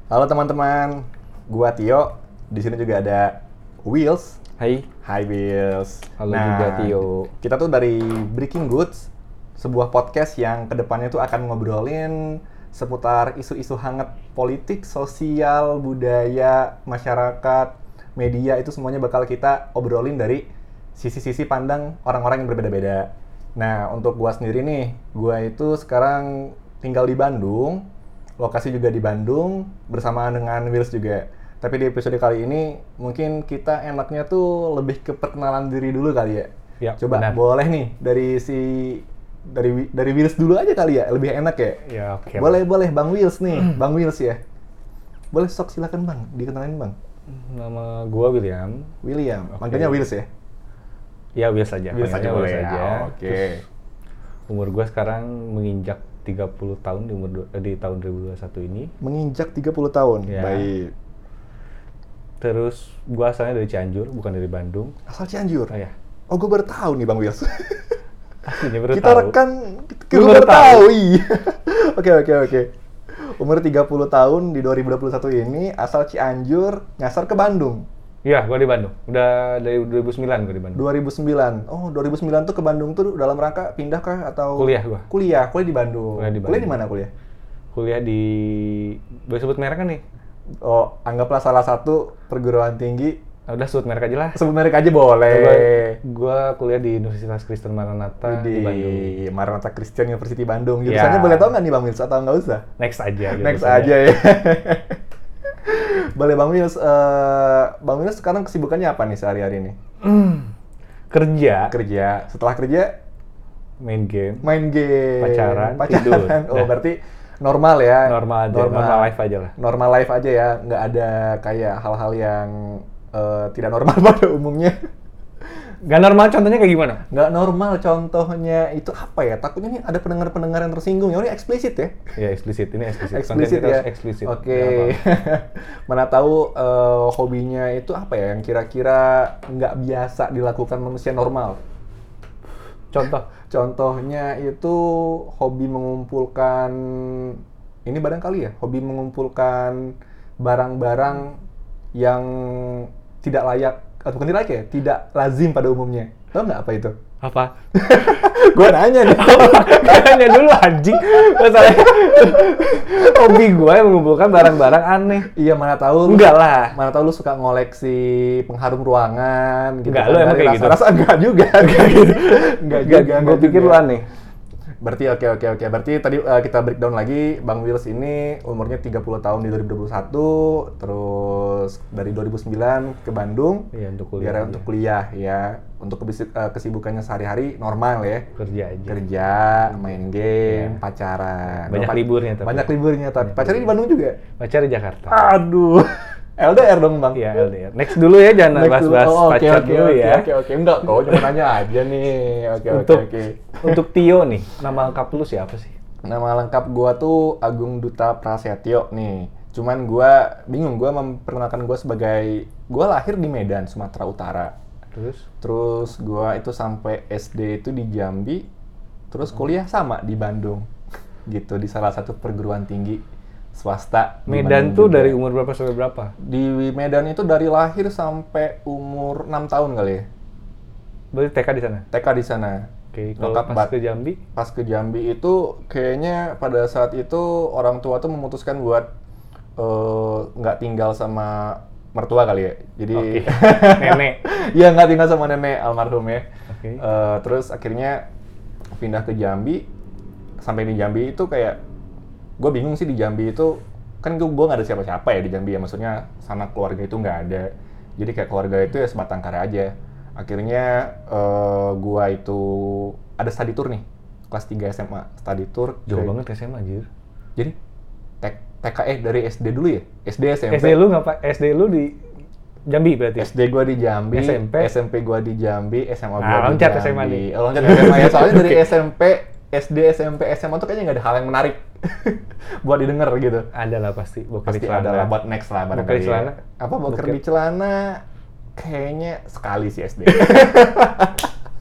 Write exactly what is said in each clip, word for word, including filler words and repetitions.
Halo teman-teman, gua Tio. Di sini juga ada Wheels. Hai. Hai Wheels. Halo juga Tio. Kita tuh dari Breaking Goods, sebuah podcast yang kedepannya tuh akan ngobrolin seputar isu-isu hangat politik, sosial, budaya, masyarakat, media, itu semuanya bakal kita obrolin dari sisi-sisi pandang orang-orang yang berbeda-beda. Nah, untuk gua sendiri nih, gua itu sekarang tinggal di Bandung, lokasi juga di Bandung, bersamaan dengan Wheels juga. Tapi di episode kali ini, mungkin kita enaknya tuh lebih ke perkenalan diri dulu kali ya. Ya, Coba benar. boleh nih, dari si dari dari Wheels dulu aja kali ya, lebih enak ya. Ya, oke. Boleh, boleh, Bang Wheels nih, Bang Wheels ya. Boleh, sok silakan Bang, dikenalin Bang. Nama gua William. William, Oke. manggilnya Wheels ya? Ya, Wheels aja. Wheels aja Panggilnya boleh Wheels ya, aja. oke. Terus, umur gua sekarang menginjak tiga puluh tahun di umur du- eh, di tahun dua ribu dua puluh satu ini. Menginjak tiga puluh tahun, Ya. baik. Terus gua asalnya dari Cianjur, bukan dari Bandung. Asal Cianjur? Oh ya. Oh, gue baru tahu nih Bang Wheels. Aslinya baru Kita tahu. rekan, kita Lu baru baru tahu. tahu. Iya. Oke, oke, oke. Umur tiga puluh tahun di dua ribu dua puluh satu ini, asal Cianjur, nyasar ke Bandung. Iya, gua di Bandung. Udah dari dua ribu sembilan gua di Bandung. dua ribu sembilan. Oh, dua ribu sembilan tuh ke Bandung tuh dalam rangka pindah kah atau Kuliah gua. Kuliah, kuliah di Bandung. Kuliah di Kuliah di Bandung. mana kuliah? Kuliah di boleh sebut merek kan nih? Oh, anggaplah salah satu perguruan tinggi. Ah, udah sebut merek aja lah. Sebut merek aja boleh. Gua, gua kuliah di Universitas Kristen Maranatha di di Bandung. Maranatha Christian University Bandung. Ya. Jurusannya boleh tau nggak nih Bang Wils atau nggak usah? Next aja. Next jurusannya. aja ya. Boleh Bang Wils. Eh, Bang Wils sekarang kesibukannya apa nih sehari-hari nih? Hmm. Kerja, Kerja. Setelah kerja main game, main game. Pacaran, Pacaran. tidur. Oh, Nah. berarti normal ya? normal aja, normal, life aja lah. Normal life aja ya. Nggak ada kayak hal-hal yang eh, tidak normal pada umumnya. Gak normal contohnya kayak gimana? Nggak normal contohnya itu apa ya? Takutnya nih ada pendengar-pendengar yang tersinggung. Ya ini eksplisit ya? Ya eksplisit, ini eksplisit. Konten Eksplisit kita ya? harus eksplisit. Oke. Nggak apa-apa. Mana tahu eh, hobinya itu apa ya? Yang kira-kira nggak biasa dilakukan manusia normal. Contoh, Contohnya itu hobi mengumpulkan, ini barangkali ya, hobi mengumpulkan barang-barang yang tidak layak, atau bukan tidak layak ya, tidak lazim pada umumnya. Tahu nggak apa itu? apa? Gua nanya nih. Kayaknya dulu anjing. Masalahnya hobi gue yang mengumpulkan barang-barang aneh. Iya, mana tahu. lu- Enggak lah. Mana tahu lu suka ngoleksi pengharum ruangan gitu. Enggak, kan, lu emang dari kayak gitu? rasa-rasa enggak juga. Enggak gitu. Enggak Gak, juga. gue enggak pikir lu juga. aneh. Berarti oke oke oke. Berarti tadi uh, kita breakdown lagi, Bang Wils ini umurnya tiga puluh tahun di dua ribu dua puluh satu, terus dari dua ribu sembilan ke Bandung. Iya, untuk kuliah Biar aja. untuk kuliah ya. Untuk kebisi- uh, kesibukannya sehari-hari normal ya. Kerja aja. Kerja, main game, Iya. pacaran. Banyak Pac- liburnya tapi. Banyak liburnya tapi. Banyak Pacarnya di liburnya. Bandung juga? Pacar di Jakarta. Aduh. L D R dong, Bang. Iya, L D R. Next dulu ya, jangan Next dulu. bahas-bahas Oh, oke, pacar oke, dulu oke, ya. Oke, oke, enggak, kau cuma nanya aja nih. Oke, oke, Untuk oke. untuk Tio nih, nama lengkap lu siapa sih? Nama lengkap gua tuh Agung Duta Prasetyo nih. Cuman gua bingung, gua memperkenalkan gua sebagai gua lahir di Medan, Sumatera Utara. Terus? Terus gua itu sampai S D itu di Jambi, terus kuliah sama di Bandung. Gitu, di salah satu perguruan tinggi swasta. di Medan Bandung tuh juga. dari umur berapa sampai berapa? Di Medan itu dari lahir sampai umur enam tahun kali ya. Berarti T K di sana. T K di sana. Oke, kalau Lengkap pas banget. ke Jambi, Pas ke Jambi itu kayaknya pada saat itu orang tua tuh memutuskan buat eh, nggak tinggal sama mertua kali ya. Jadi Oke. Nenek. Iya, nggak tinggal sama nenek almarhum ya. Oke. Eh, terus akhirnya pindah ke Jambi. Sampai di Jambi itu kayak gue bingung sih di Jambi itu, kan gue gue nggak ada siapa-siapa ya di Jambi ya, maksudnya sama keluarga itu nggak ada. Jadi kayak keluarga itu ya sebatang kara aja. Akhirnya eh, gue itu ada study tour nih, kelas tiga S M A study tour. Jauh ke- banget S M A anjir. Jadi T- T K eh dari S D dulu ya? S D S M P. S D lu ngapa? S D lu di Jambi berarti? S D gua di Jambi, S M P? S M P gua di Jambi, S M A gua Ah, di loncat Jambi. S M A nih. Oh, loncat S M A ya, soalnya dari S M P, S D, S M P, S M A tuh kayaknya nggak ada hal yang menarik buat didengar gitu. Ada lah pasti. Boker Pasti di celana. ada lah buat next lah barangkali Boker di ya. celana? Apa boker Boker. di celana? Kayaknya sekali sih S D.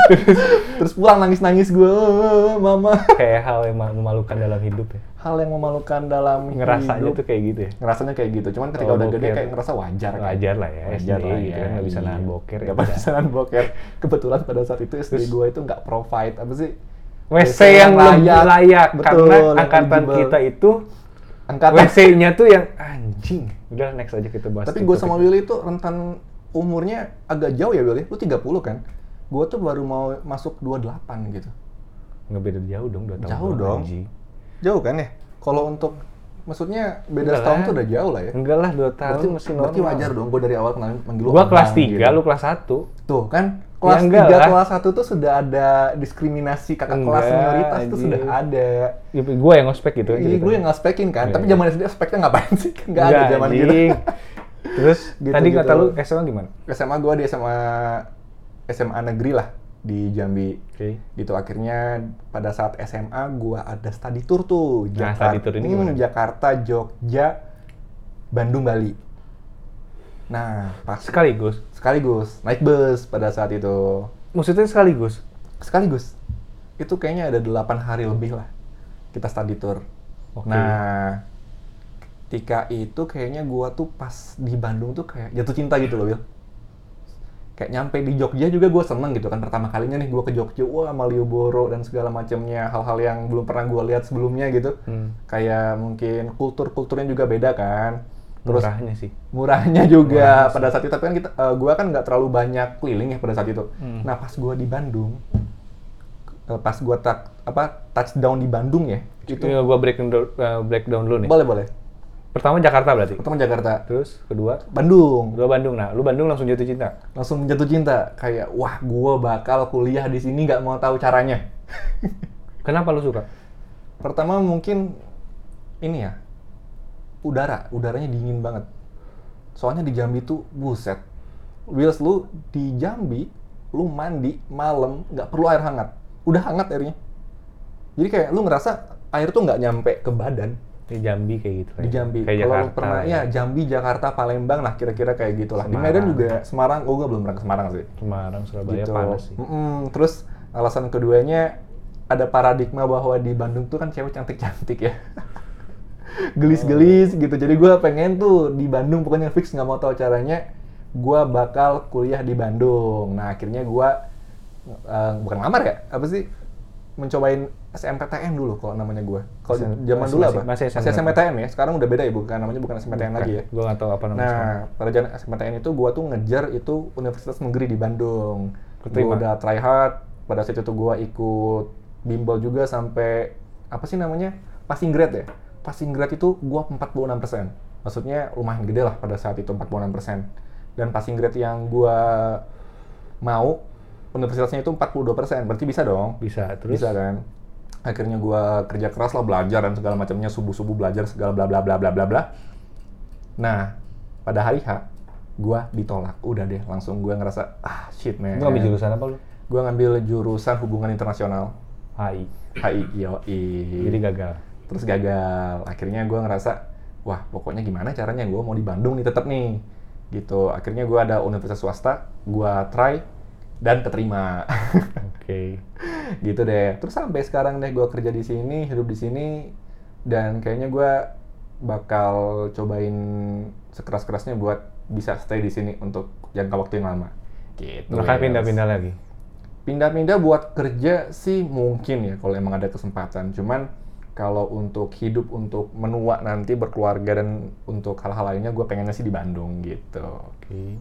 Terus pulang nangis-nangis gue, mama. Kayak hal yang memalukan dalam hidup ya. Hal yang memalukan dalam Ngerasanya hidup. tuh kayak gitu ya. Ngerasanya kayak gitu. Cuman ketika Kalau udah gede boker. kayak ngerasa wajar. kan. Wajar lah ya, Wajar S D lah gitu ya. kan nggak bisa Iya. nahan boker. Nggak ya bisa nahan boker. Kebetulan pada saat itu S D Terus- gue itu nggak provide apa sih? W C yang lebih layak, Betul, karena yang angkatan eligible. kita itu Angkatan. W C-nya tuh yang anjing. Udah next aja kita bahas. Tapi itu gue sama topik. Willy itu rentan umurnya agak jauh ya Willy. Lu tiga puluh kan? Gue tuh baru mau masuk dua puluh delapan gitu. Nggak beda jauh dong, dua tahun. Jauh doang, dong. anjing. Jauh kan ya? Kalau untuk maksudnya beda Enggak setahun lah. tuh udah jauh lah ya. Enggak lah, dua tahun Berarti, masih berarti normal. wajar dong gue dari awal kenalin manggil lu Gua kelas abang tiga, gitu. lu kelas satu. Tuh kan kelas Ya enggak tiga, lah. kelas satu tuh sudah ada diskriminasi kakak kelas Enggak, senioritas tuh anjing. sudah ada. Ya, gue yang ngospek gitu. Iya, ceritanya. gue yang ngaspekin kan. Iya, Tapi iya. zaman S D speknya ngapain sih? Enggak ada zaman gitu. anjing. Terus Gitu, tadi gitu. kata lu S M A gimana? S M A gue di S M A S M A negeri lah di Jambi. Oke. Gitu akhirnya pada saat S M A gue ada study tour tuh. Nah, study tour ini Hmm, gimana? Jakarta, Jogja, Bandung, Bali. Nah, pas Sekaligus. sekaligus naik bus pada saat itu. Maksudnya sekaligus? Sekaligus. Itu kayaknya ada delapan hari lebih lah kita study tour. Oke. Nah, ketika itu kayaknya gua tuh pas di Bandung tuh kayak jatuh cinta gitu loh, Will. Kayak nyampe di Jogja juga gua seneng gitu kan, pertama kalinya nih gua ke Jogja, wah Malioboro dan segala macamnya, hal-hal yang belum pernah gua lihat sebelumnya gitu. Hmm. Kayak mungkin kultur-kulturnya juga beda kan. Terus Murahnya sih. murahnya juga Murahnya pada saat itu, tapi kan kita uh, gua kan nggak terlalu banyak keliling ya pada saat itu. Hmm. Nah, pas gua di Bandung, uh, pas gua tak apa touchdown di Bandung ya, itu Itu gua breakdown uh, breakdown dulu nih. boleh boleh. Pertama Jakarta berarti. Pertama Jakarta, Terus kedua, Bandung. kedua Bandung. Nah, lu Bandung langsung jatuh cinta. Langsung jatuh cinta, kayak wah gua bakal kuliah di sini nggak mau tahu caranya. Kenapa lu suka? Pertama mungkin ini ya, udara, udaranya dingin banget. Soalnya di Jambi tuh buset. Wills, lu di Jambi, lu mandi malam nggak perlu air hangat, udah hangat airnya. Jadi kayak lu ngerasa air tuh nggak nyampe ke badan. Di Jambi kayak gitu. Di Jambi. Kayak Kalau lu Jakarta. pernah ya Jambi, Jakarta, Palembang lah kira-kira kayak gitulah. Di Semarang. Medan juga, Semarang, oh gue belum pernah ke Semarang sih. Semarang, Surabaya Gitu. panas sih. Mm-mm. Terus alasan keduanya ada paradigma bahwa di Bandung tuh kan cewek cantik-cantik ya. Gelis-gelis gitu. Jadi gue pengen tuh di Bandung pokoknya fix nggak mau tahu caranya. Gue bakal kuliah di Bandung. Nah akhirnya gue uh, bukan ngelamar ya, apa sih? Mencobain S M P T N dulu kalau namanya gue. Kalau S M- zaman masih- dulu masih- apa? masih S M P T N. S M P T N ya. Sekarang udah beda ya, bukan namanya bukan S M P T N lagi ya. Gue nggak tahu apa namanya. sekarang. Nah, pada zaman S M P T N itu gua tuh ngejar itu Universitas Negeri di Bandung. Gua Keterima? udah try hard. Pada saat itu gua ikut bimbel juga sampai apa sih namanya? Passing grade ya. Passing grade itu gua empat puluh enam persen. Maksudnya lumayan gede lah pada saat itu empat puluh enam persen. Dan passing grade yang gua mau universitasnya itu empat puluh dua persen. Berarti bisa dong. Bisa. Terus? Bisa kan? Akhirnya gua kerja keras lah, belajar dan segala macamnya, subuh-subuh belajar segala bla bla bla bla bla bla. Nah, pada hari H gua ditolak. Udah deh, langsung gua ngerasa ah shit man. Lu ambil jurusan apa lu? Gua ngambil jurusan hubungan internasional. H I. H I, yoi. Jadi gagal. Terus gagal. Akhirnya gua ngerasa, wah pokoknya gimana caranya gua mau di Bandung nih tetap nih. Gitu. Akhirnya gua ada universitas swasta, gua try dan keterima. Oke. Gitu deh. Terus sampai sekarang deh gue kerja di sini, hidup di sini, dan kayaknya gue bakal cobain sekeras-kerasnya buat bisa stay di sini untuk jangka waktu yang lama. Gitu. Makanya Wes. pindah-pindah lagi. Pindah-pindah buat kerja sih mungkin ya kalau emang ada kesempatan. Cuman kalau untuk hidup, untuk menua nanti berkeluarga dan untuk hal-hal lainnya gue pengennya sih di Bandung gitu. Oke.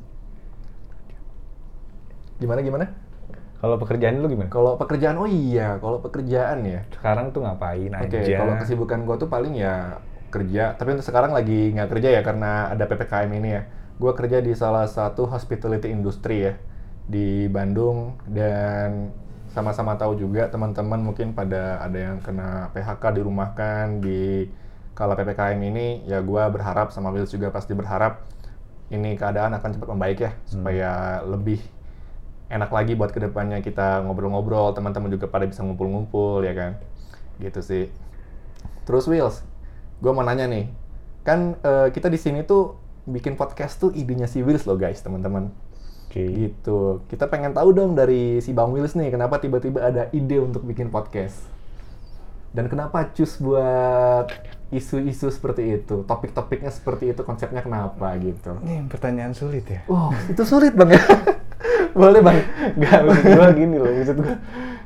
Gimana gimana? Kalau pekerjaan lu gimana? Kalau pekerjaan, oh iya, kalau pekerjaan ya. Sekarang tuh ngapain Oke, aja? kalau kesibukan gue tuh paling ya kerja. Tapi untuk sekarang lagi nggak kerja ya karena ada P P K M ini ya. Gue kerja di salah satu hospitality industry ya di Bandung, dan sama-sama tahu juga teman-teman mungkin pada ada yang kena P H K, dirumahkan di kala P P K M ini. Ya gue berharap, sama Will juga pasti berharap ini keadaan akan cepat membaik ya, supaya lebih enak lagi buat kedepannya kita ngobrol-ngobrol, teman-teman juga pada bisa ngumpul-ngumpul ya kan, gitu sih. Terus Wills, gue mau nanya nih, kan uh, kita di sini tuh bikin podcast tuh idenya si Wills loh guys, teman-teman. Oke. Gitu. Kita pengen tahu dong dari si Bang Wills nih, kenapa tiba-tiba ada ide untuk bikin podcast? Dan kenapa cus buat isu-isu seperti itu? Topik-topiknya seperti itu, konsepnya kenapa gitu? Ini pertanyaan sulit ya. Oh, itu sulit Bang ya? Boleh Bang? Nggak, maksud gue gini loh, maksud gue.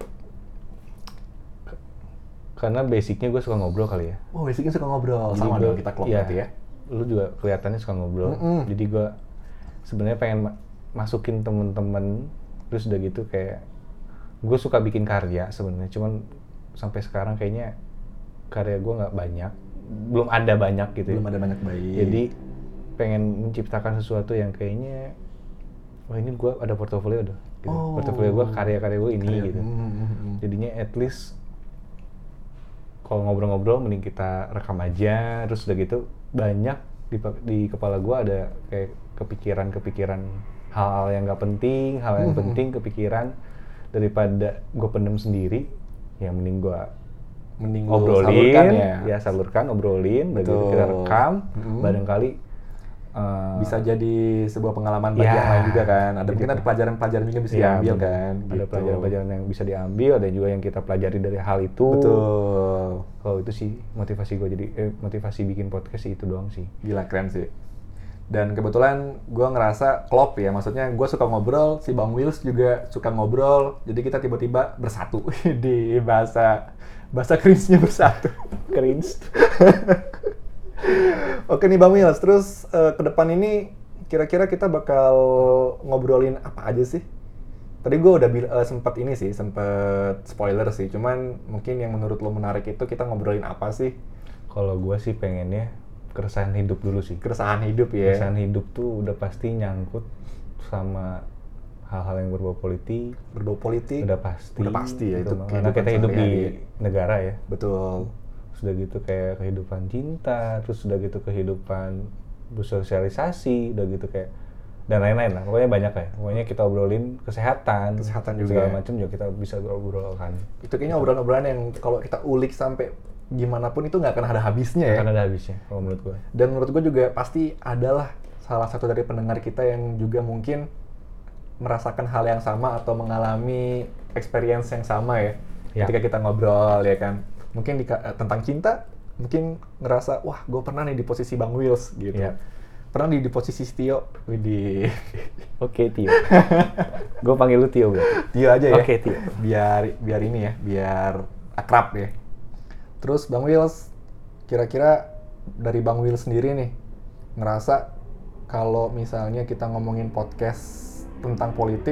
Karena basicnya gue suka ngobrol kali ya. Oh, basicnya suka ngobrol. Jadi Sama gua- dong kita klop iya, berarti ya? Lu juga kelihatannya suka ngobrol. Mm-mm. Jadi gue sebenarnya pengen ma- masukin temen-temen, terus udah gitu kayak gue suka bikin karya sebenarnya. Cuman sampai sekarang kayaknya karya gue nggak banyak, belum ada banyak gitu. Belum ya. ada banyak bayi. Jadi pengen menciptakan sesuatu yang kayaknya, wah ini gue ada portofolio udah. Gitu. Oh. Portofolio gue, karya-karya gue ini Karya. gitu. Hmm, hmm, hmm. Jadinya at least kalau ngobrol-ngobrol mending kita rekam aja, terus udah gitu banyak di, di kepala gue ada kayak kepikiran-kepikiran hal-hal yang nggak penting, hal yang Hmm. penting kepikiran, daripada gue pendem sendiri, ya mending gue Mending lu ngobrolin, salurkan ya. ya salurkan, obrolin, udah gitu kita Betul. rekam, Hmm. barangkali uh, Bisa jadi sebuah pengalaman bagi Ya. yang lain juga kan. Ada Jadi mungkin ada kan- pelajaran-pelajaran juga bisa ya, diambil bener. kan. Ada Gitu. pelajaran-pelajaran yang bisa diambil, ada juga yang kita pelajari dari hal itu. Betul. Kalau itu sih motivasi gue jadi eh, motivasi bikin podcast sih itu doang sih. Gila keren sih. Dan kebetulan gue ngerasa klop ya, maksudnya gue suka ngobrol, si Bang Wills juga suka ngobrol, jadi kita tiba-tiba bersatu di bahasa bahasa cringe-nya bersatu. Cringe. Oke nih Bang Wills, terus eh, ke depan ini kira-kira kita bakal ngobrolin apa aja sih? Tadi gue udah bil- eh, sempat ini sih, sempat spoiler sih, cuman mungkin yang menurut lo menarik itu kita ngobrolin apa sih? Kalau gue sih pengennya keresahan hidup dulu sih. Keresahan hidup ya. Keresahan hidup tuh udah pasti nyangkut sama hal-hal yang berbau politik. Berbau politik. Udah pasti. Udah pasti ya, itu Karena kehidupan kita hidup di sehari-hari. negara ya. Betul. Sudah gitu kayak kehidupan cinta, terus sudah gitu kehidupan bersosialisasi, udah gitu kayak dan lain-lain lah. Pokoknya banyak ya. Pokoknya kita obrolin kesehatan, Kesehatan juga segala ya. macam juga kita bisa obrolkan. Itu kayaknya obrolan-obrolan yang kalau kita ulik sampai gimana pun itu nggak akan ada habisnya ya. Karena ada habisnya kalau menurut gue. Dan menurut gue juga pasti adalah salah satu dari pendengar kita yang juga mungkin merasakan hal yang sama atau mengalami experience yang sama ya, Ya. ketika kita ngobrol ya kan. Mungkin di, tentang cinta, mungkin ngerasa wah gue pernah nih di posisi Bang Wills gitu. Ya. Pernah di, di posisi Tio, di Oke Tio. Gue panggil lu Tio bro. Tio aja ya. Oke, Tio. Biar biar ini ya, biar akrab ya. Terus Bang Wills, kira-kira dari Bang Wills sendiri nih, ngerasa kalau misalnya kita ngomongin podcast tentang politik,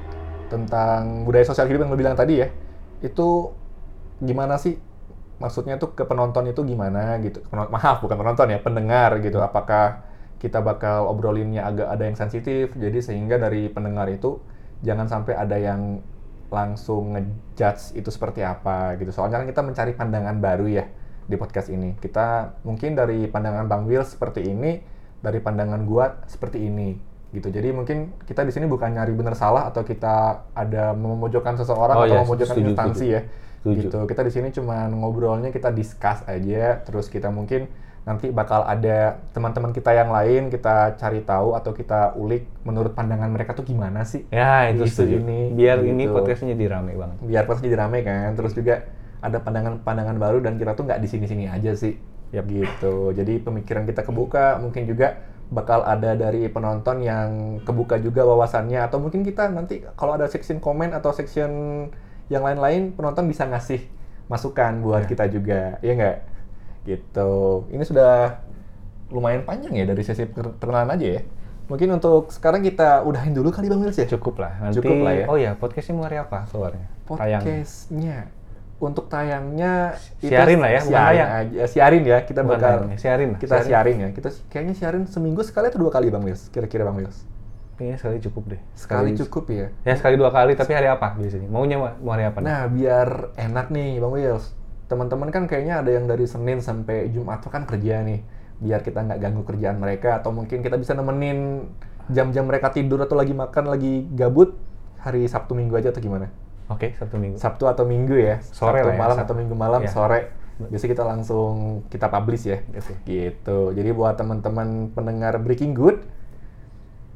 tentang budaya sosial hidup yang lo bilang tadi ya, itu gimana sih? Maksudnya tuh ke penonton itu gimana gitu? Penon- Maaf, bukan penonton ya, pendengar gitu. Apakah kita bakal obrolinnya agak ada yang sensitif, jadi sehingga dari pendengar itu jangan sampai ada yang langsung ngejudge itu seperti apa gitu. Soalnya kan kita mencari pandangan baru ya di podcast ini. Kita mungkin dari pandangan Bang Wills seperti ini, dari pandangan gua seperti ini gitu. Jadi mungkin kita di sini bukan nyari benar salah atau kita ada memojokkan seseorang Oh atau iya, memojokkan setuju, instansi setuju. ya. Setuju. Gitu. Kita di sini cuma ngobrolnya, kita discuss aja, terus kita mungkin nanti bakal ada teman-teman kita yang lain kita cari tahu atau kita ulik menurut pandangan mereka tuh gimana sih Ya itu isu setuju. ini. Biar ini gitu. podcastnya jadi rame banget. Biar pasti jadi rame kan, terus juga ada pandangan-pandangan baru dan kita tuh nggak di sini-sini aja sih. Yap. Gitu. Jadi pemikiran kita kebuka, mungkin juga bakal ada dari penonton yang kebuka juga wawasannya, atau mungkin kita nanti kalau ada section komen atau section yang lain-lain, penonton bisa ngasih masukan buat Ya. kita juga, ya nggak? Gitu. Ini sudah lumayan panjang ya dari sesi perkenalan aja ya. Mungkin untuk sekarang kita udahin dulu kali Bang Wills ya? Cukup lah. Nanti, Cukup lah ya. Oh ya, podcastnya mau hari apa keluarnya? Tayang. Podcastnya untuk tayangnya itu Siarin lah ya, bukan siarin tayang. aja, siarin ya, kita Bukan bakal tayang ya, siarin lah, kita siarin. siarin ya, kita kayaknya siarin seminggu sekali atau dua kali Bang Wills, kira-kira Bang Wills? Kayaknya sekali cukup deh. Sekali cukup ya. Ya sekali dua kali, tapi hari apa biasanya? Maunya mau hari apa? nih? Nah biar enak nih Bang Wills, teman-teman kan kayaknya ada yang dari Senin sampai Jumat tuh kan kerja nih, biar kita nggak ganggu kerjaan mereka, atau mungkin kita bisa nemenin jam-jam mereka tidur atau lagi makan, lagi gabut, hari Sabtu Minggu aja atau gimana? Oke, Sabtu Minggu. Sabtu atau Minggu ya, Sore Sabtu lah ya, malam Sabtu. atau Minggu malam Ya. sore. Biasanya kita langsung kita publish ya, Oke. gitu. Jadi buat teman-teman pendengar Breaking Good,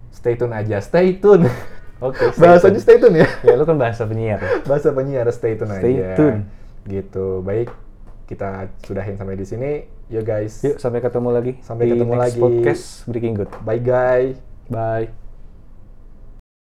Stay tune aja, stay tune. Oke, stay Bahasanya tune. stay tune ya. Ya lu kan bahasa penyiar ya. Bahasa penyiar, stay tune Stay aja. tune. Gitu. Baik, kita sudahin sampai di sini. Yuk guys. Yuk sampai ketemu lagi Sampai di ketemu next lagi. podcast Breaking Good. Bye guys. Bye.